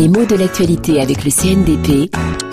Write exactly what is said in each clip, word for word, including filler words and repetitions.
Les mots de l'actualité avec le C N D P.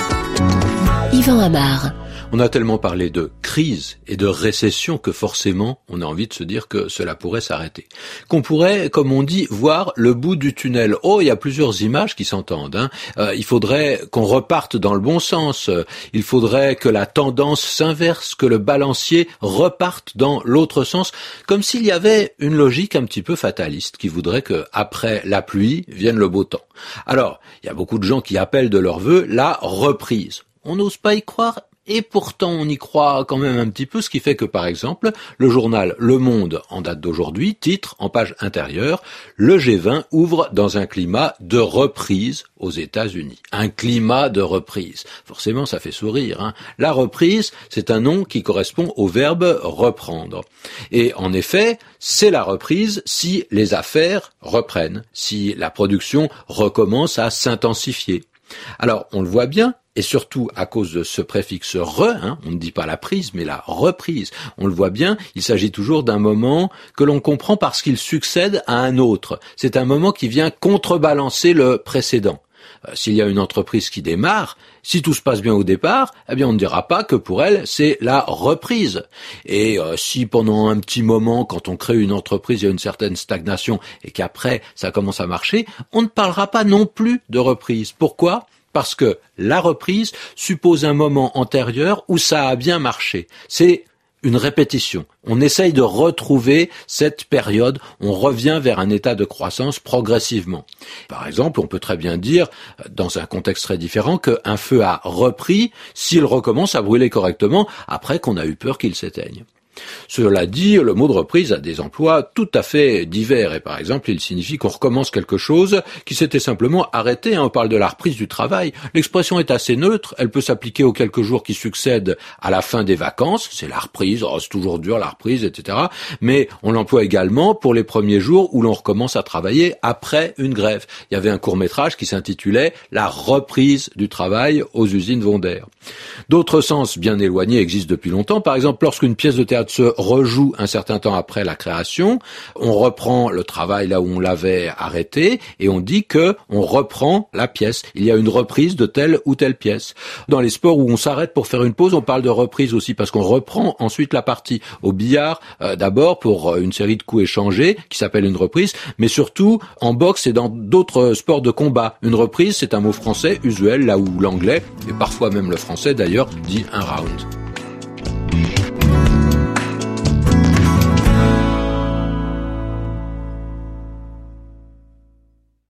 Yvan Amar. On a tellement parlé de crise et de récession que forcément, on a envie de se dire que cela pourrait s'arrêter. Qu'on pourrait, comme on dit, voir le bout du tunnel. Oh, il y a plusieurs images qui s'entendent. Hein. Euh, il faudrait qu'on reparte dans le bon sens. Il faudrait que la tendance s'inverse, que le balancier reparte dans l'autre sens, comme s'il y avait une logique un petit peu fataliste qui voudrait que après la pluie vienne le beau temps. Alors, il y a beaucoup de gens qui appellent de leur vœu la reprise. On n'ose pas y croire. Et pourtant, on y croit quand même un petit peu, ce qui fait que, par exemple, le journal Le Monde, en date d'aujourd'hui, titre, en page intérieure, « Le G vingt ouvre dans un climat de reprise aux États-Unis ». Un climat de reprise. Forcément, ça fait sourire. Hein. La reprise, c'est un nom qui correspond au verbe « reprendre ». Et en effet, c'est la reprise si les affaires reprennent, si la production recommence à s'intensifier. Alors, on le voit bien, et surtout à cause de ce préfixe « re », hein, on ne dit pas la prise, mais la reprise. On le voit bien, il s'agit toujours d'un moment que l'on comprend parce qu'il succède à un autre. C'est un moment qui vient contrebalancer le précédent. Euh, s'il y a une entreprise qui démarre, si tout se passe bien au départ, eh bien on ne dira pas que pour elle, c'est la reprise. Et euh, si pendant un petit moment, quand on crée une entreprise, il y a une certaine stagnation et qu'après ça commence à marcher, on ne parlera pas non plus de reprise. Pourquoi ? Parce que la reprise suppose un moment antérieur où ça a bien marché. C'est une répétition. On essaye de retrouver cette période, on revient vers un état de croissance progressivement. Par exemple, on peut très bien dire, dans un contexte très différent, qu'un feu a repris s'il recommence à brûler correctement après qu'on a eu peur qu'il s'éteigne. Cela dit, le mot de reprise a des emplois tout à fait divers et par exemple, il signifie qu'on recommence quelque chose qui s'était simplement arrêté. Hein. On parle de la reprise du travail. L'expression est assez neutre. Elle peut s'appliquer aux quelques jours qui succèdent à la fin des vacances. C'est la reprise. Oh, c'est toujours dur, la reprise, et cetera. Mais on l'emploie également pour les premiers jours où l'on recommence à travailler après une grève. Il y avait un court-métrage qui s'intitulait « La reprise du travail aux usines Wonder ». D'autres sens bien éloignés existent depuis longtemps. Par exemple, lorsqu'une pièce de théâtre se rejoue un certain temps après la création, on reprend le travail là où on l'avait arrêté et on dit que on reprend la pièce. Il y a une reprise de telle ou telle pièce. Dans les sports où on s'arrête pour faire une pause, on parle de reprise aussi parce qu'on reprend ensuite la partie. Au billard, euh, d'abord pour une série de coups échangés qui s'appelle une reprise, mais surtout en boxe et dans d'autres sports de combat. Une reprise, c'est un mot français usuel là où l'anglais, et parfois même le français d'ailleurs, dit un round.